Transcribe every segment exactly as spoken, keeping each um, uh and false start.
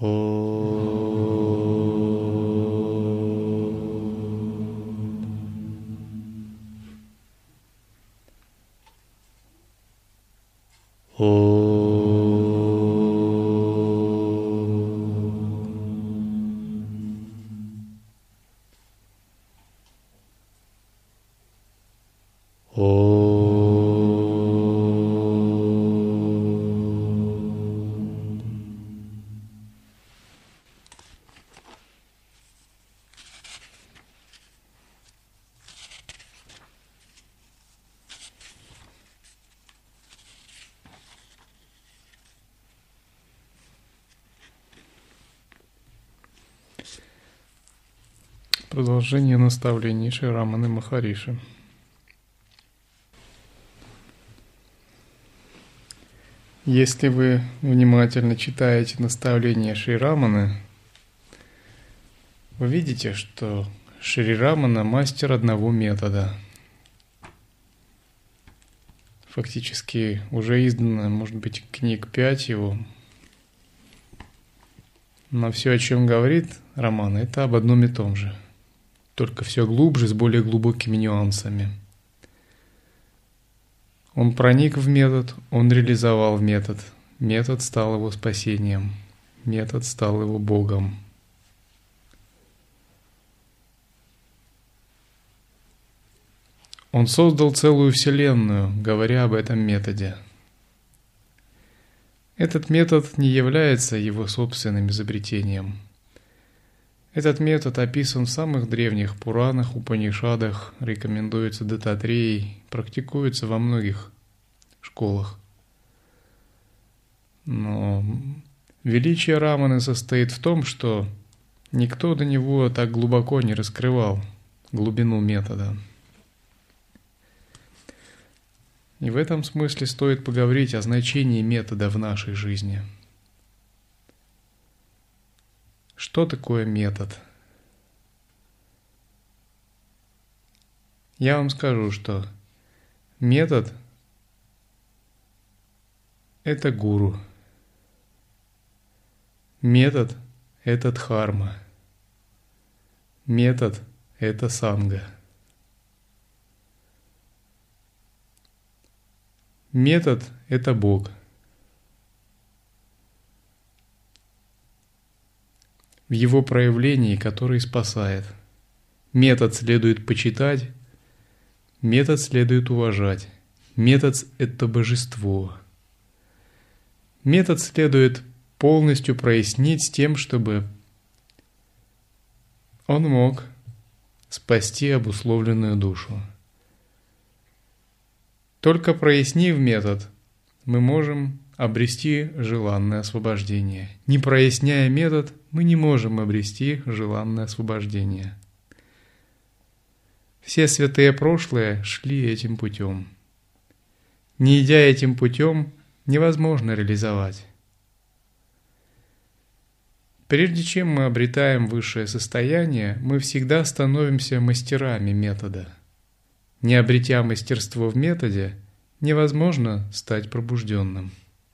Продолжение наставлений Шри Раманы Махариши. Если вы внимательно читаете наставления Шри Раманы, вы видите, что Шри Рамана – мастер одного метода. Фактически уже издано, может быть, книг пять его. Но все, о чем говорит Рамана, это об одном и том же. Только все глубже, с более глубокими нюансами. Он проник в метод, он реализовал метод. Метод стал его спасением. Метод стал его Богом. Он создал целую вселенную, говоря об этом методе. Этот метод не является его собственным изобретением. Этот метод описан в самых древних Пуранах, Упанишадах, рекомендуется Даттатреей, практикуется во многих школах. Но величие Раманы состоит в том, что никто до него так глубоко не раскрывал глубину метода. И в этом смысле стоит поговорить о значении метода в нашей жизни. Что такое метод? Я вам скажу, что метод – это гуру. Метод – это дхарма. Метод – это санга. Метод – это Бог. В его проявлении, который спасает. Метод следует почитать, метод следует уважать. Метод – это божество. Метод следует полностью прояснить с тем, чтобы он мог спасти обусловленную душу. Только прояснив метод, мы можем обрести желанное освобождение. Не проясняя метод, мы не можем обрести желанное освобождение. Все святые прошлые шли этим путем. Не идя этим путем, невозможно реализовать. Прежде чем мы обретаем высшее состояние, мы всегда становимся мастерами метода. Не обретя мастерство в методе, невозможно стать пробужденным.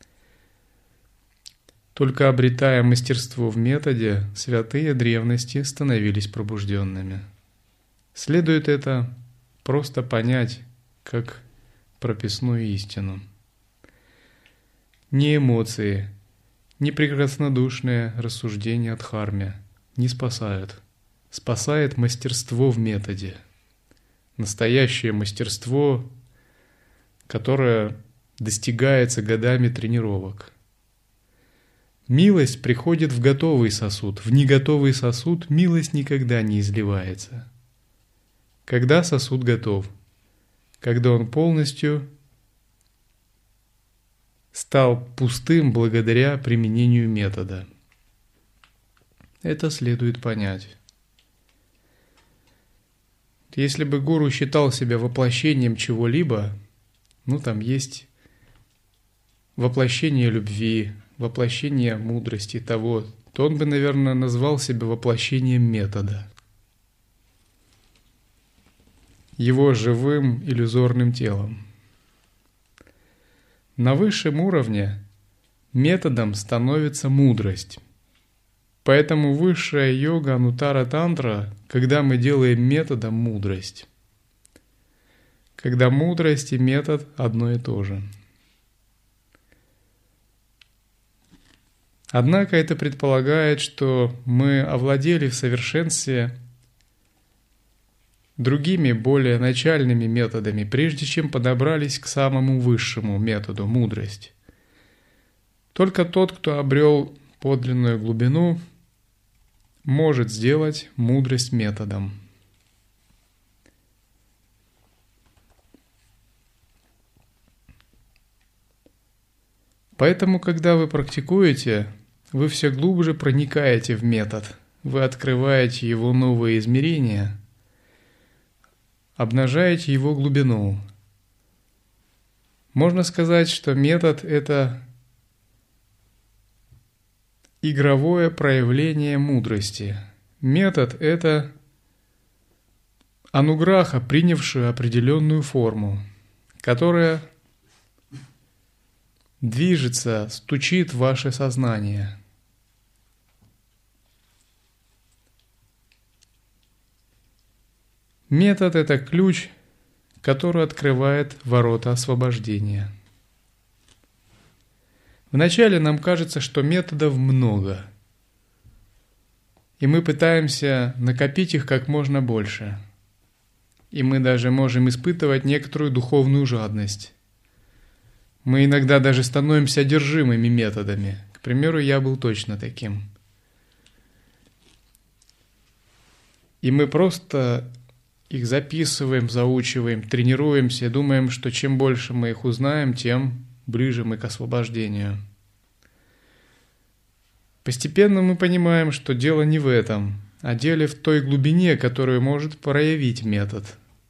Только обретая мастерство в методе, святые древности становились пробужденными. Следует это просто понять как прописную истину. Ни эмоции, ни прекраснодушные рассуждения о дхарме не спасают. Спасает мастерство в методе. Настоящее мастерство, которое достигается годами тренировок. Милость приходит в готовый сосуд. В неготовый сосуд милость никогда не изливается. Когда сосуд готов? Когда он полностью стал пустым благодаря применению метода. Это следует понять. Если бы гуру считал себя воплощением чего-либо, ну там есть воплощение любви, воплощение мудрости того, то он бы, наверное, назвал себя воплощением метода. Его живым иллюзорным телом. На высшем уровне методом становится мудрость. Поэтому высшая йога Анутара Тантра, когда мы делаем методом мудрость. Когда мудрость и метод одно и то же. Однако это предполагает, что мы овладели в совершенстве другими, более начальными методами, прежде чем подобрались к самому высшему методу – мудрость. Только тот, кто обрел подлинную глубину, может сделать мудрость методом. Поэтому, когда вы практикуете, вы все глубже проникаете в метод, вы открываете его новые измерения, обнажаете его глубину. Можно сказать, что метод – это игровое проявление мудрости. Метод – это ануграха, принявшая определенную форму, которая движется, стучит в ваше сознание. Метод – это ключ, который открывает ворота освобождения. Вначале нам кажется, что методов много, и мы пытаемся накопить их как можно больше. И мы даже можем испытывать некоторую духовную жадность. Мы иногда даже становимся одержимыми методами. К примеру, я был точно таким. И мы просто их записываем, заучиваем, тренируемся, думаем, что чем больше мы их узнаем, тем ближе мы к освобождению. Постепенно мы понимаем, что дело не в этом, а дело в той глубине, которую может проявить метод.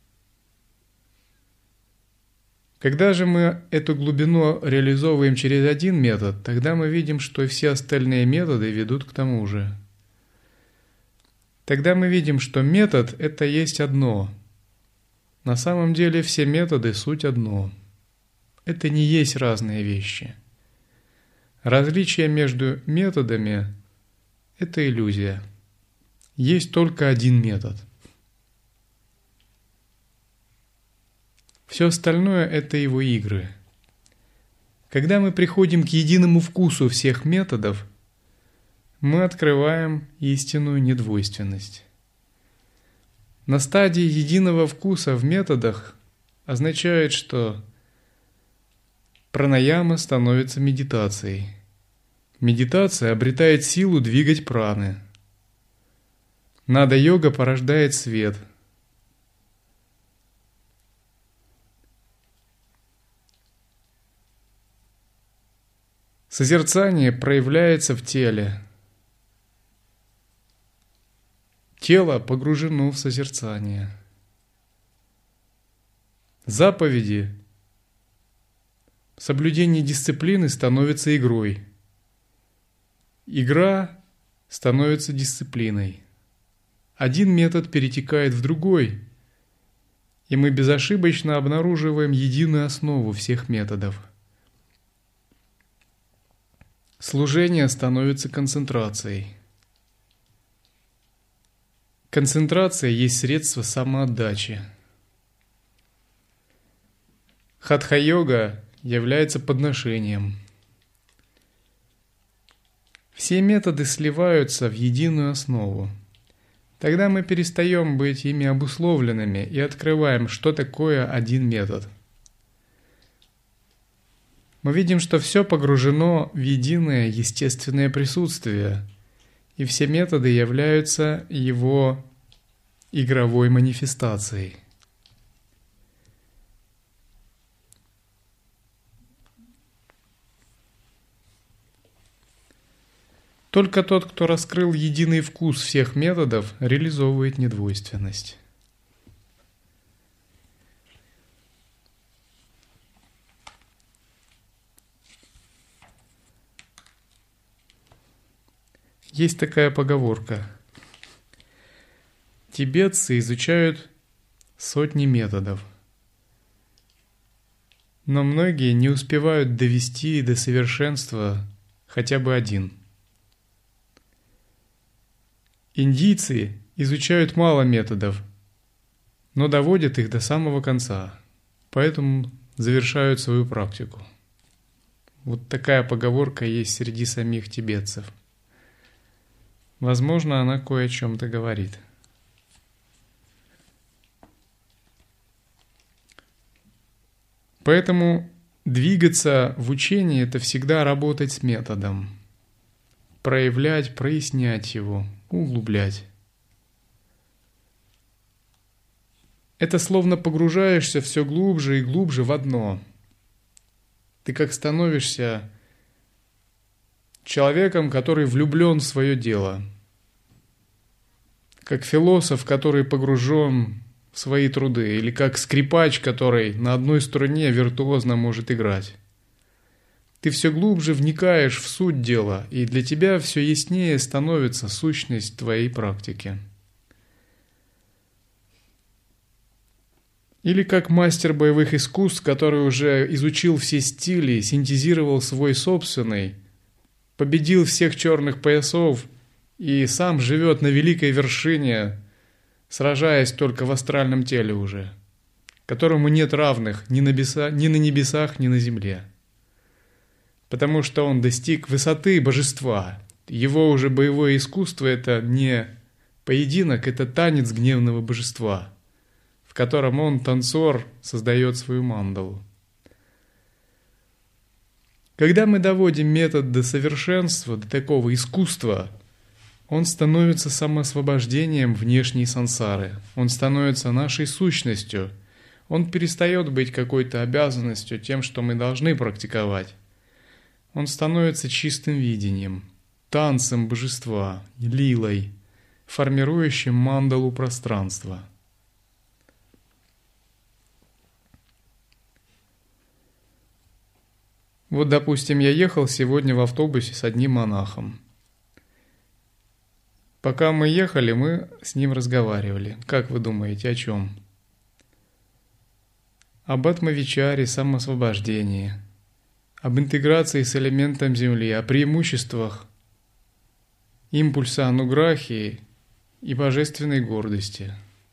Когда же мы эту глубину реализовываем через один метод, тогда мы видим, что и все остальные методы ведут к тому же. Тогда мы видим, что метод – это есть одно. На самом деле все методы – суть одно. Это не есть разные вещи. Различие между методами – это иллюзия. Есть только один метод. Все остальное – это его игры. Когда мы приходим к единому вкусу всех методов, мы открываем истинную недвойственность. На стадии единого вкуса в методах означает, что пранаяма становится медитацией. Медитация обретает силу двигать праны. Нада-йога порождает свет. Созерцание проявляется в теле. Тело погружено в созерцание. Заповеди, соблюдение дисциплины становится игрой. Игра становится дисциплиной. Один метод перетекает в другой, и мы безошибочно обнаруживаем единую основу всех методов. Служение становится концентрацией. Концентрация есть средство самоотдачи. Хатха-йога является подношением. Все методы сливаются в единую основу. Тогда мы перестаем быть ими обусловленными и открываем, что такое один метод. Мы видим, что все погружено в единое естественное присутствие, и все методы являются его игровой манифестацией. Только тот, кто раскрыл единый вкус всех методов, реализовывает недвойственность. Есть такая поговорка. Тибетцы изучают сотни методов, но многие не успевают довести до совершенства хотя бы один. Индийцы изучают мало методов, но доводят их до самого конца, поэтому завершают свою практику. Вот такая поговорка есть среди самих тибетцев. Возможно, она кое о чем-то говорит. Поэтому двигаться в учении – это всегда работать с методом. Проявлять, прояснять его, углублять. Это словно погружаешься все глубже и глубже в одно. Ты как становишься человеком, который влюблен в свое дело. Как философ, который погружен в свои труды. Или как скрипач, который на одной струне виртуозно может играть. Ты все глубже вникаешь в суть дела, и для тебя все яснее становится сущность твоей практики. Или как мастер боевых искусств, который уже изучил все стили, синтезировал свой собственный, победил всех черных поясов и сам живет на великой вершине, сражаясь только в астральном теле уже, которому нет равных ни на небесах, ни на небесах, ни на земле. Потому что он достиг высоты божества. Его уже боевое искусство – это не поединок, это танец гневного божества, в котором он, танцор, создает свою мандалу. Когда мы доводим метод до совершенства, до такого искусства, он становится самоосвобождением внешней сансары. Он становится нашей сущностью. Он перестает быть какой-то обязанностью тем, что мы должны практиковать. Он становится чистым видением, танцем божества, лилой, формирующим мандалу пространства. Вот, допустим, я ехал сегодня в автобусе с одним монахом. Пока мы ехали, мы с ним разговаривали. Как вы думаете, о чем? Об атмавичаре, самоосвобождении, об интеграции с элементом Земли, о преимуществах импульса ануграхи и божественной гордости.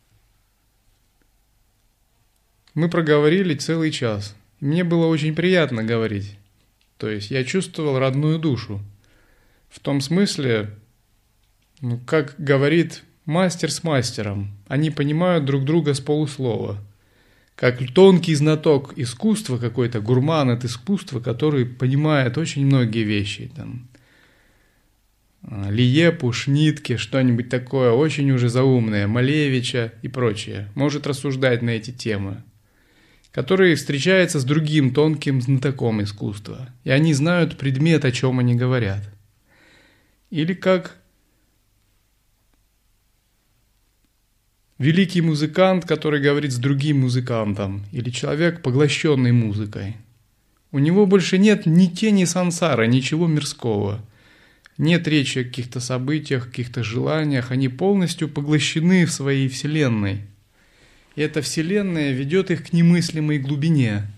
Мы проговорили целый час. Мне было очень приятно говорить. То есть я чувствовал родную душу. В том смысле, ну, как говорит мастер с мастером, они понимают друг друга с полуслова. Как тонкий знаток искусства, какой-то гурман от искусства, который понимает очень многие вещи. Там, Лиепу, Шнитке, что-нибудь такое, очень уже заумное, Малевича и прочее. Может рассуждать на эти темы. Который встречается с другим тонким знатоком искусства. И они знают предмет, о чем они говорят. Или как великий музыкант, который говорит с другим музыкантом, или человек, поглощенный музыкой. У него больше нет ни тени сансары, ничего мирского. Нет речи о каких-то событиях, каких-то желаниях. Они полностью поглощены в своей вселенной. И эта вселенная ведет их к немыслимой глубине.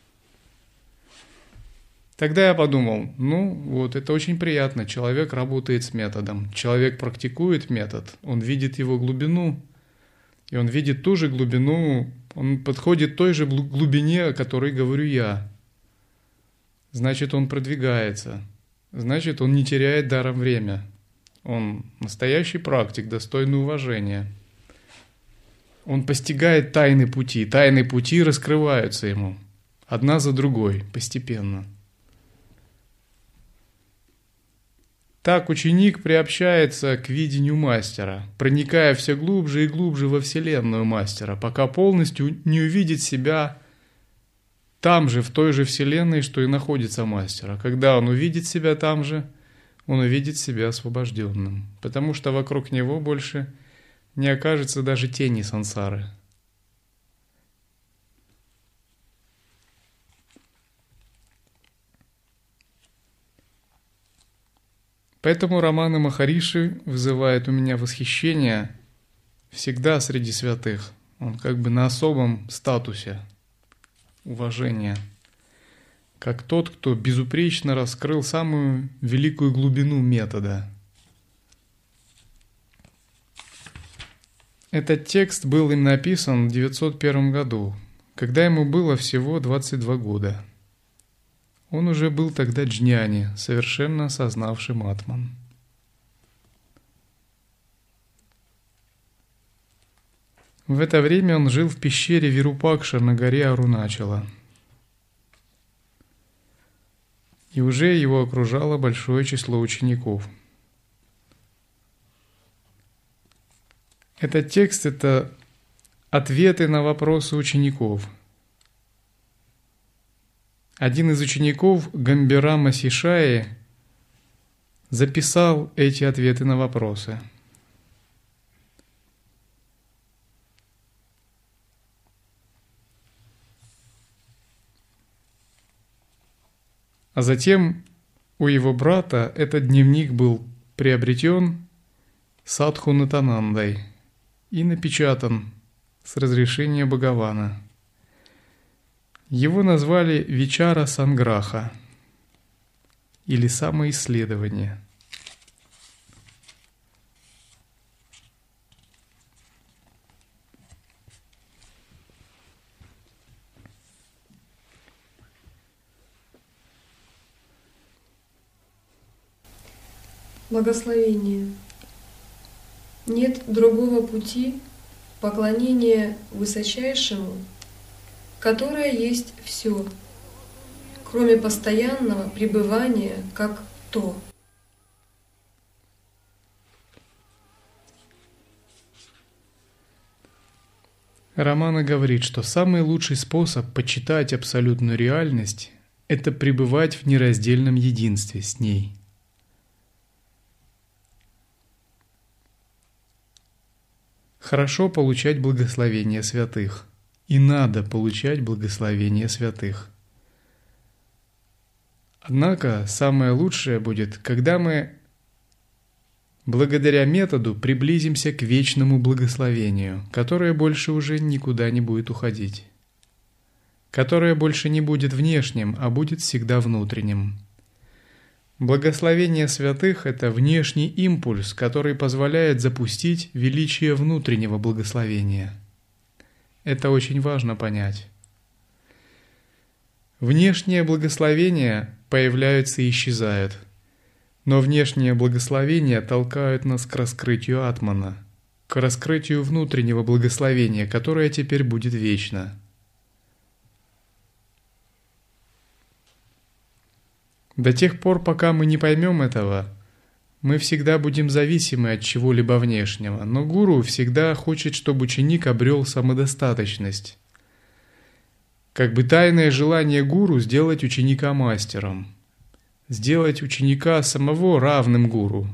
Тогда я подумал, ну вот это очень приятно. Человек работает с методом. Человек практикует метод. Он видит его глубину. И он видит ту же глубину, он подходит к той же глубине, о которой говорю я. Значит, он продвигается. Значит, он не теряет даром время. Он настоящий практик, достойный уважения. Он постигает тайны пути. Тайны пути раскрываются ему. Одна за другой, постепенно. Так ученик приобщается к видению мастера, проникая все глубже и глубже во вселенную мастера, пока полностью не увидит себя там же, в той же вселенной, что и находится мастер. А когда он увидит себя там же, он увидит себя освобожденным, потому что вокруг него больше не окажется даже тени сансары. Поэтому романы Махариши вызывают у меня восхищение всегда среди святых. Он как бы на особом статусе уважения, как тот, кто безупречно раскрыл самую великую глубину метода. Этот текст был им написан в девятьсот первом году, когда ему было всего двадцать два года. Он уже был тогда джняни, совершенно осознавшим атман. В это время он жил в пещере Вирупакша на горе Аруначала. И уже его окружало большое число учеников. Этот текст – это ответы на вопросы учеников. Один из учеников, Гамбирама Сишаи, записал эти ответы на вопросы. А затем у его брата этот дневник был приобретен Садху Натанандой и напечатан с разрешения Бхагавана. Его назвали Вичара Санграха или самоисследование. Благословение. Нет другого пути поклонения Высочайшему, которое есть все, кроме постоянного пребывания как то. Рамана говорит, что самый лучший способ почитать абсолютную реальность – это пребывать в нераздельном единстве с ней. Хорошо получать благословение святых, и надо получать благословение святых. Однако самое лучшее будет, когда мы благодаря методу приблизимся к вечному благословению, которое больше уже никуда не будет уходить, которое больше не будет внешним, а будет всегда внутренним. Благословение святых – это внешний импульс, который позволяет запустить величие внутреннего благословения. Это очень важно понять. Внешние благословения появляются и исчезают, но внешние благословения толкают нас к раскрытию атмана, к раскрытию внутреннего благословения, которое теперь будет вечно. До тех пор, пока мы не поймем этого, мы всегда будем зависимы от чего-либо внешнего, но гуру всегда хочет, чтобы ученик обрел самодостаточность. Как бы тайное желание гуру сделать ученика мастером, сделать ученика самого равным гуру.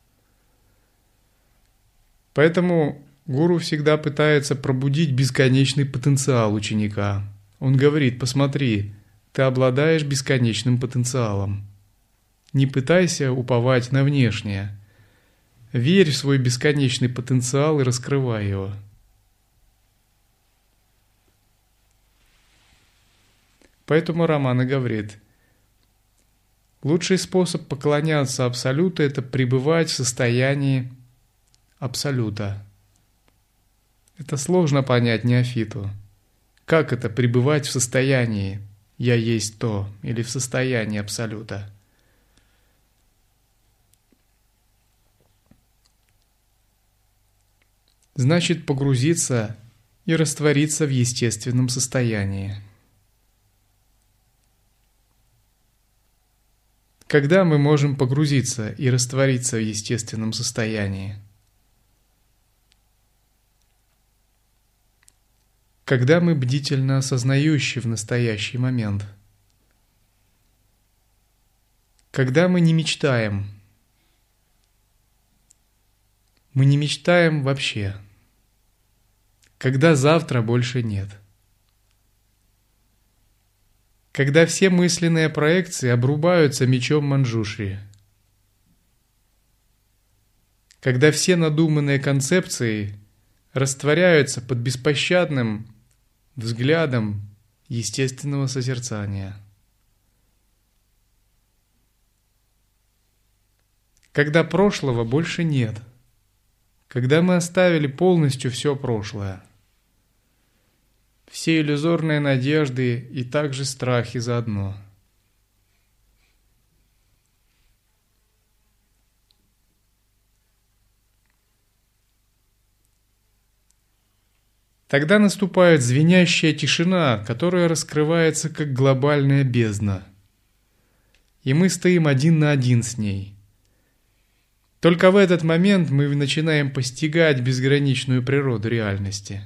Поэтому гуру всегда пытается пробудить бесконечный потенциал ученика. Он говорит: посмотри, ты обладаешь бесконечным потенциалом. Не пытайся уповать на внешнее. Верь в свой бесконечный потенциал и раскрывай его. Поэтому Рамана говорит: лучший способ поклоняться Абсолюту – это пребывать в состоянии Абсолюта. Это сложно понять неофиту. Как это пребывать в состоянии «я есть то» или в состоянии Абсолюта? Значит погрузиться и раствориться в естественном состоянии. Когда мы можем погрузиться и раствориться в естественном состоянии? Когда мы бдительно осознающие в настоящий момент. Когда мы не мечтаем. Мы не мечтаем вообще. Когда завтра больше нет. Когда все мысленные проекции обрубаются мечом Манджушри. Когда все надуманные концепции растворяются под беспощадным взглядом естественного созерцания. Когда прошлого больше нет. когда мы оставили полностью все прошлое, все иллюзорные надежды и также страхи заодно. Тогда наступает звенящая тишина, которая раскрывается как глобальная бездна. И мы стоим один на один с ней. Только в этот момент мы начинаем постигать безграничную природу реальности.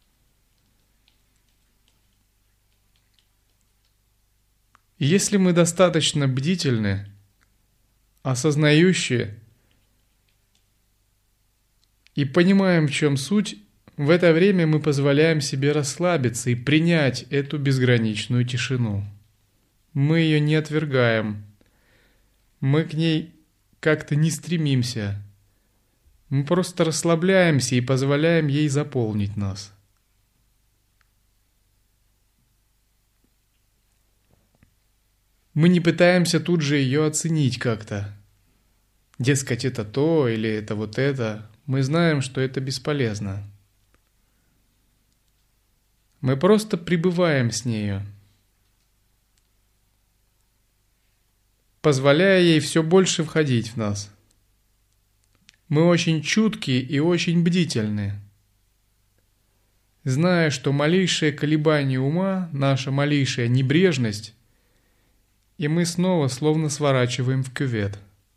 И если мы достаточно бдительны, осознающие и понимаем, в чем суть, в это время мы позволяем себе расслабиться и принять эту безграничную тишину. Мы ее не отвергаем, мы к ней как-то не стремимся, мы просто расслабляемся и позволяем ей заполнить нас. Мы не пытаемся тут же ее оценить как-то. Дескать, это то или это вот это. Мы знаем, что это бесполезно. Мы просто пребываем с нею, позволяя ей все больше входить в нас. Мы очень чутки и очень бдительны, зная, что малейшее колебание ума, наша малейшая небрежность, и мы снова словно сворачиваем в кювет.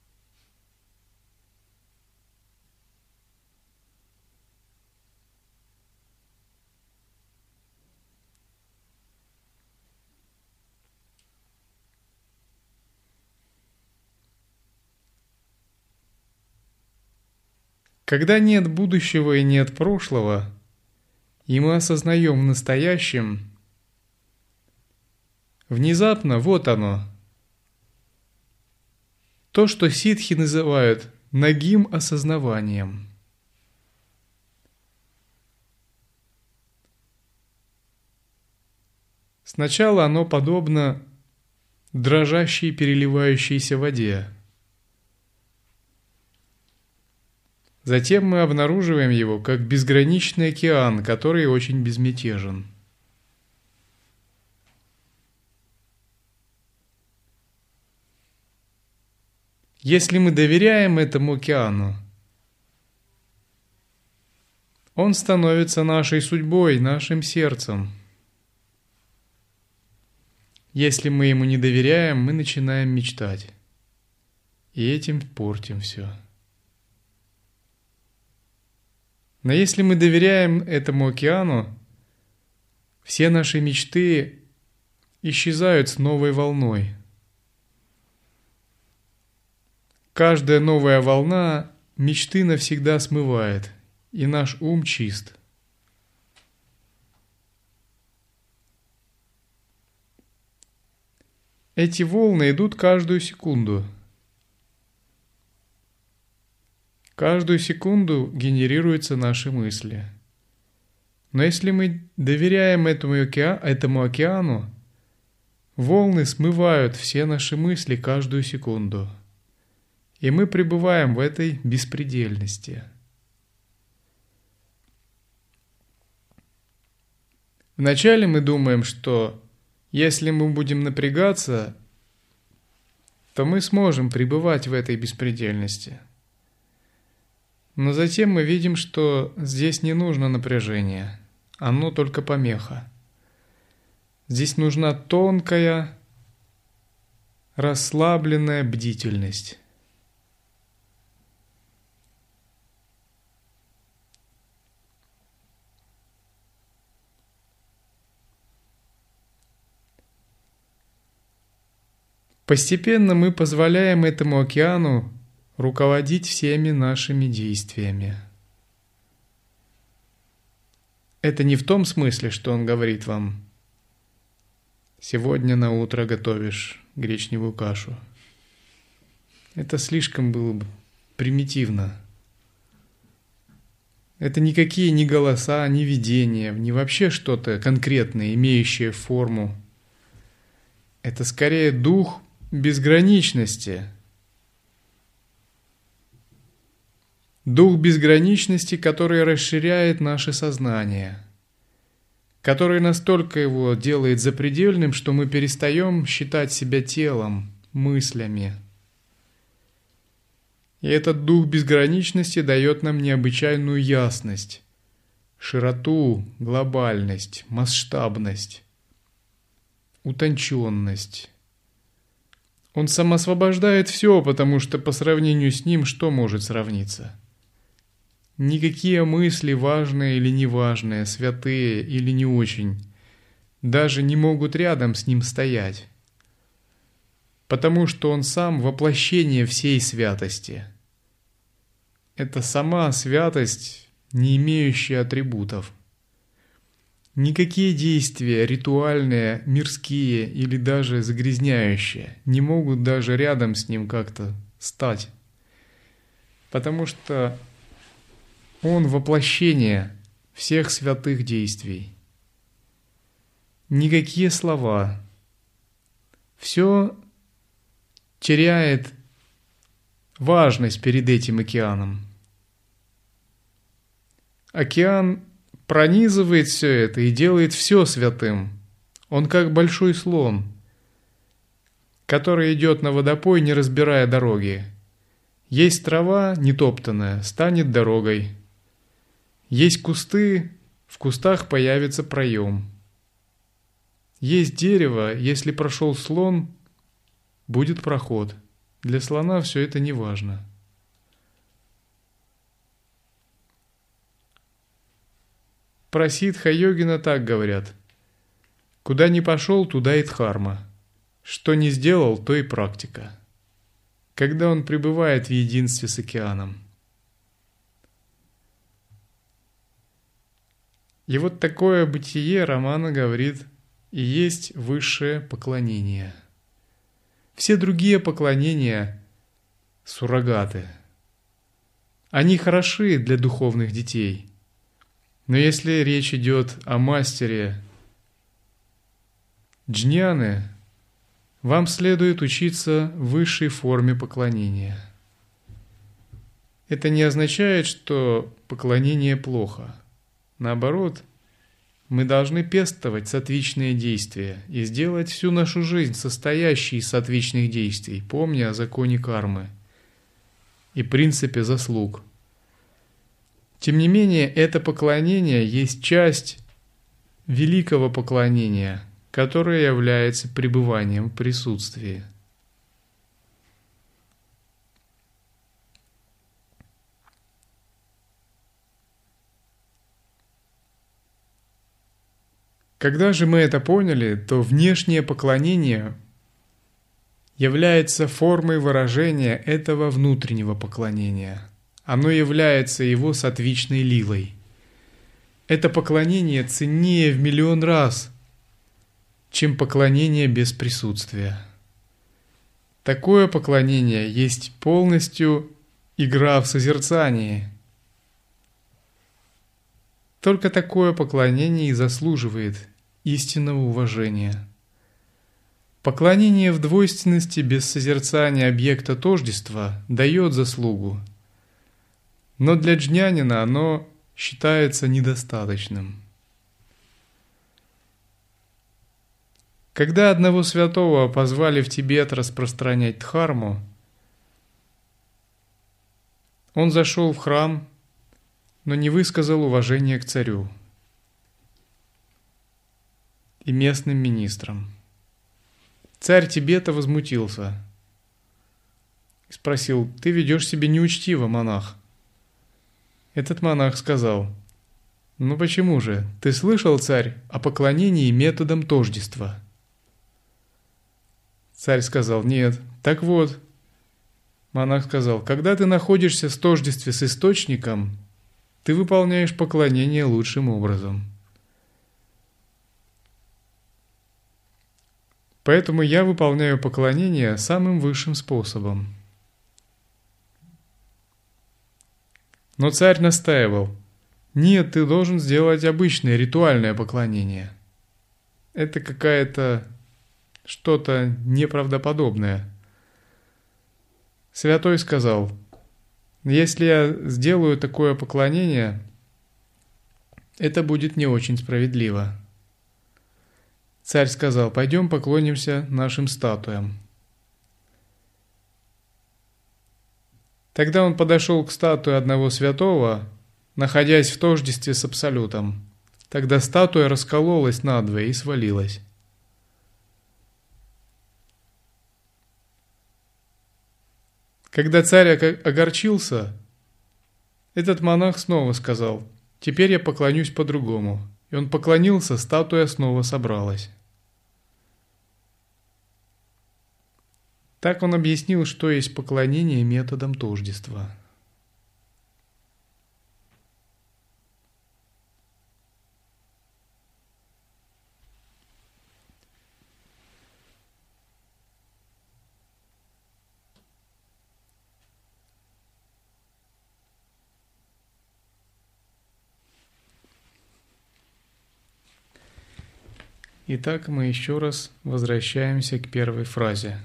Когда нет будущего и нет прошлого, и мы осознаем в настоящем, внезапно вот оно, то, что ситхи называют нагим осознаванием. Сначала оно подобно дрожащей переливающейся воде. Затем мы обнаруживаем его как безграничный океан, который очень безмятежен. Если мы доверяем этому океану, он становится нашей судьбой, нашим сердцем. Если мы ему не доверяем, мы начинаем мечтать. И этим портим все. Но если мы доверяем этому океану, все наши мечты исчезают с новой волной. Каждая новая волна мечты навсегда смывает, и наш ум чист. Эти волны идут каждую секунду. Каждую секунду генерируются наши мысли. Но если мы доверяем этому, оке... этому океану, волны смывают все наши мысли каждую секунду. И мы пребываем в этой беспредельности. Вначале мы думаем, что если мы будем напрягаться, то мы сможем пребывать в этой беспредельности. Но затем мы видим, что здесь не нужно напряжение, оно только помеха. Здесь нужна тонкая, расслабленная бдительность. Постепенно мы позволяем этому океану руководить всеми нашими действиями. Это не в том смысле, что он говорит вам: сегодня на утро готовишь гречневую кашу. Это слишком было бы примитивно. Это никакие ни голоса, ни видения, ни вообще что-то конкретное, имеющее форму. Это скорее дух безграничности, Дух безграничности, который расширяет наше сознание, который настолько его делает запредельным, что мы перестаем считать себя телом, мыслями. И этот дух безграничности дает нам необычайную ясность, широту, глобальность, масштабность, утонченность. Он самоосвобождает все, потому что по сравнению с ним что может сравниться? Никакие мысли, важные или неважные, святые или не очень, даже не могут рядом с ним стоять, потому что он сам воплощение всей святости. Это сама святость, не имеющая атрибутов. Никакие действия, ритуальные, мирские или даже загрязняющие, не могут даже рядом с ним как-то стать, потому что он воплощение всех святых действий. Никакие слова. Все теряет важность перед этим океаном. Океан пронизывает все это и делает все святым. Он как большой слон, который идет на водопой, не разбирая дороги. Есть трава нетоптанная, станет дорогой. Есть кусты, в кустах появится проем. Есть дерево, если прошел слон, будет проход. Для слона все это не важно. Про ситха-йогина так говорят: куда не пошел, туда и дхарма. Что не сделал, то и практика. Когда он пребывает в единстве с океаном. И вот такое бытие Рамана говорит и есть высшее поклонение. Все другие поклонения – суррогаты. Они хороши для духовных детей. Но если речь идет о мастере джняны, вам следует учиться высшей форме поклонения. Это не означает, что поклонение плохо. Наоборот, мы должны пестовать саттвичные действия и сделать всю нашу жизнь состоящей из саттвичных действий, помня о законе кармы и принципе заслуг. Тем не менее, это поклонение есть часть великого поклонения, которое является пребыванием в присутствии. Когда же мы это поняли, то внешнее поклонение является формой выражения этого внутреннего поклонения. Оно является его саттвичной лилой. Это поклонение ценнее в миллион раз, чем поклонение без присутствия. Такое поклонение есть полностью игра в созерцании. Только такое поклонение и заслуживает истинного уважения. Поклонение в двойственности без созерцания объекта тождества дает заслугу, но для джнянина оно считается недостаточным. Когда одного святого позвали в Тибет распространять дхарму, он зашел в храм, но не высказал уважения к царю и местным министрам. Царь Тибета возмутился и спросил: «Ты ведешь себя неучтиво, монах». Этот монах сказал: «Ну почему же? Ты слышал, царь, о поклонении методом тождества?» Царь сказал: «Нет». «Так вот», монах сказал, «когда ты находишься в тождестве с источником, ты выполняешь поклонение лучшим образом. Поэтому я выполняю поклонение самым высшим способом». Но царь настаивал: «Нет, ты должен сделать обычное ритуальное поклонение. Это какая-то что-то неправдоподобное». Святой сказал: Если я сделаю такое поклонение, это будет не очень справедливо. Царь сказал: пойдем поклонимся нашим статуям. Тогда он подошел к статуе одного святого, находясь в тождестве с Абсолютом. Тогда статуя раскололась надвое и свалилась. Когда царь огорчился, этот монах снова сказал: «Теперь я поклонюсь по-другому». И он поклонился, статуя снова собралась. Так он объяснил, что есть поклонение методом тождества. Итак, мы еще раз возвращаемся к первой фразе.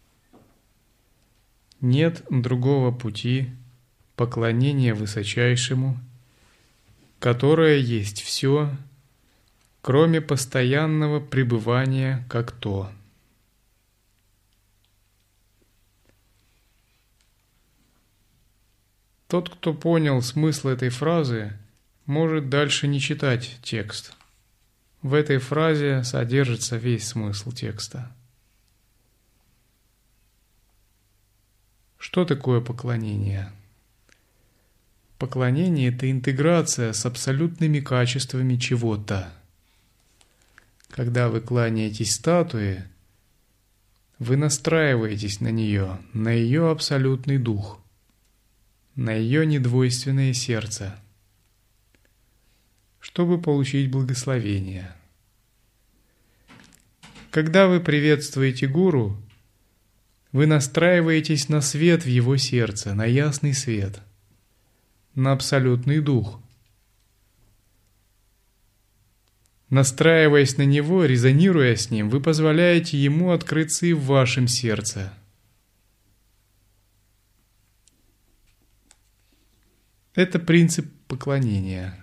Нет другого пути поклонения высочайшему, которое есть все, кроме постоянного пребывания как то. Тот, кто понял смысл этой фразы, может дальше не читать текст. В этой фразе содержится весь смысл текста. Что такое поклонение? Поклонение – это интеграция с абсолютными качествами чего-то. Когда вы кланяетесь статуе, вы настраиваетесь на нее, на ее абсолютный дух, на ее недвойственное сердце, чтобы получить благословение. Когда вы приветствуете гуру, вы настраиваетесь на свет в его сердце, на ясный свет, на абсолютный дух. Настраиваясь на него, резонируя с ним, вы позволяете ему открыться и в вашем сердце. Это принцип поклонения.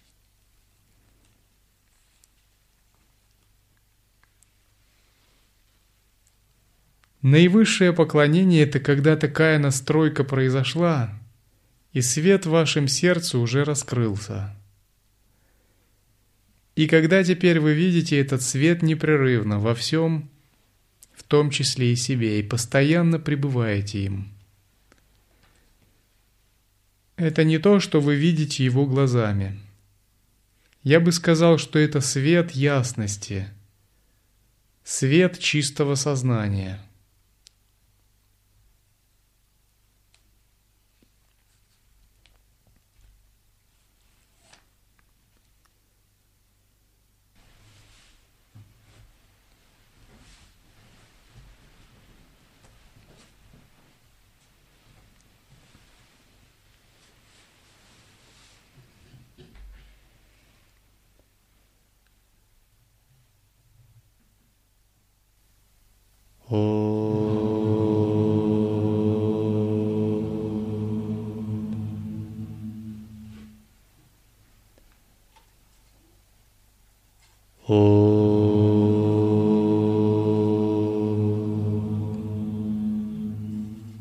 Наивысшее поклонение – это когда такая настройка произошла, и свет в вашем сердце уже раскрылся. И когда теперь вы видите этот свет непрерывно во всем, в том числе и себе, и постоянно пребываете им. Это не то, что вы видите его глазами. Я бы сказал, что это свет ясности, свет чистого сознания.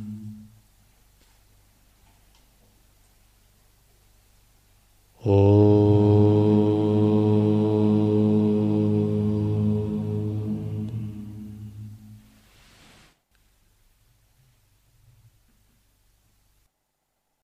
Oh.